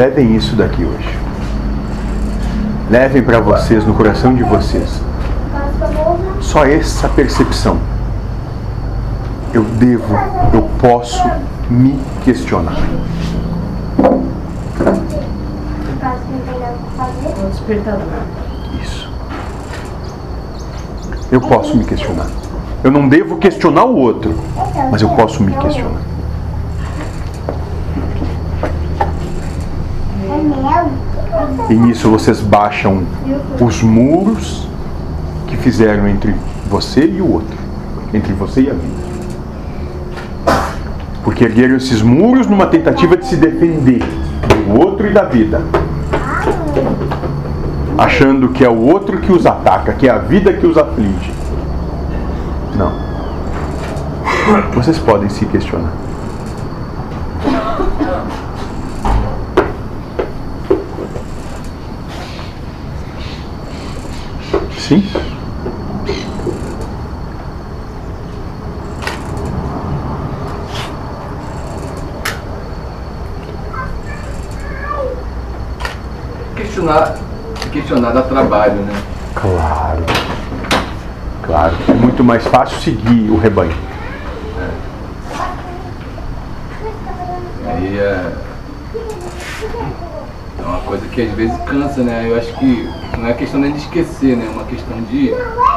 Levem isso daqui hoje. Levem para vocês, no coração de vocês, só essa percepção. Eu posso me questionar. Isso. Eu posso me questionar. Eu não devo questionar o outro, mas eu posso me questionar. E nisso vocês baixam os muros que fizeram entre você e o outro, entre você e a vida. Porque ergueram esses muros numa tentativa de se defender do outro e da vida, achando que é o outro que os ataca, que é a vida que os aflige. Não. Vocês podem se questionar. Sim? Questionar dá trabalho, né? Claro. Claro. É muito mais fácil seguir o rebanho. Aí é uma coisa que às vezes cansa, né? Eu acho que não é questão nem de esquecer, né? É uma questão de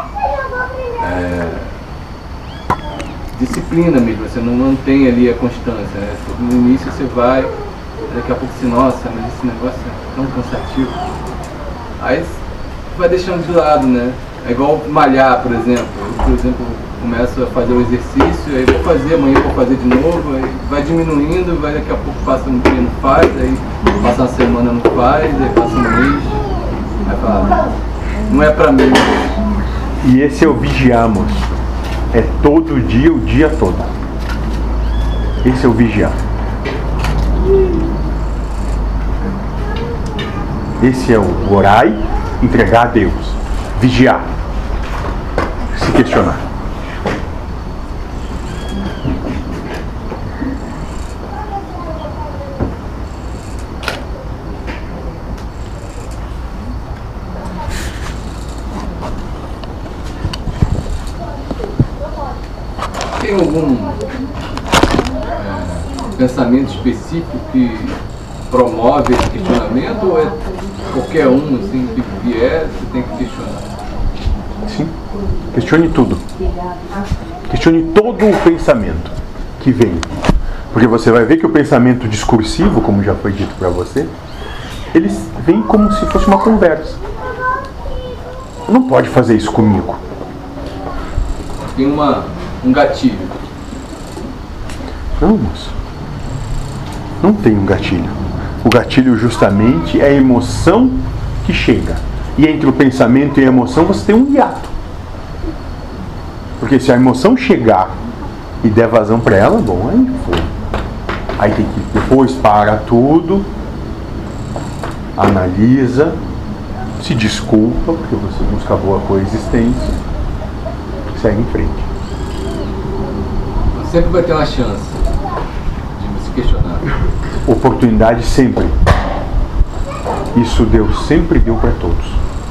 disciplina mesmo. Você não mantém ali a constância, né? No início você vai, daqui a pouco você, nossa, mas esse negócio é tão cansativo. Aí você vai deixando de lado, né? É igual malhar, por exemplo. Eu, por exemplo, começo a fazer o exercício, aí vou fazer, amanhã vou fazer de novo, aí vai diminuindo, vai daqui a pouco passa um dia não faz, aí passa uma semana não faz, aí passa um mês, aí fala, não é pra mim. E esse é o vigiamos. É todo dia, o dia todo. Esse é o vigiar. Esse é o orai, entregar a Deus. Vigiar. Se questionar. Tem algum pensamento específico que promove esse questionamento ou é qualquer um assim, que vier, você tem que questionar? Sim. Questione tudo. Questione todo o pensamento que vem. Porque você vai ver que o pensamento discursivo, como já foi dito para você, ele vem como se fosse uma conversa. Não pode fazer isso comigo. Tem um gatilho. Não, moço. Não tem um gatilho. O gatilho justamente é a emoção que chega. E entre o pensamento e a emoção você tem um hiato. Porque se a emoção chegar e der vazão para ela, bom, aí foi. Aí tem que depois para tudo, analisa, se desculpa, porque você busca a boa coexistência, segue em frente. Sempre vai ter uma chance de se questionar. Oportunidade sempre. Isso Deus sempre deu para todos.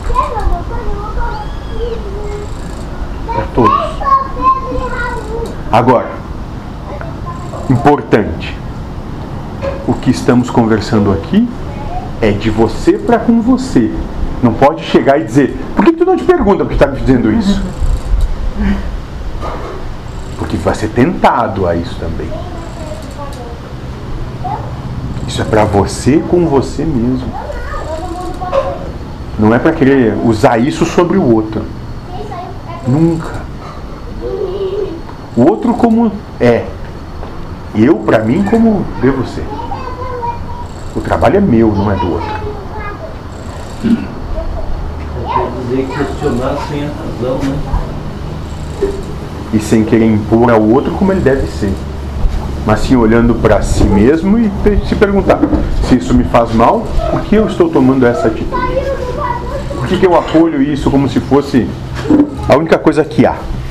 Para todos. Agora, importante, o que estamos conversando aqui é de você para com você. Não pode chegar e dizer, por que tu não te pergunta porque está me dizendo isso? Porque vai ser tentado a isso também. Isso é para você com você mesmo. Não é para querer usar isso sobre o outro. Nunca. O outro como é. Eu, para mim, como devo ser. O trabalho é meu, não é do outro. Quer dizer, questionar sem a razão, né? E sem querer impor ao outro como ele deve ser. Mas sim olhando para si mesmo e se perguntar, se isso me faz mal, por que eu estou tomando essa atitude? Por que eu apoio isso como se fosse a única coisa que há?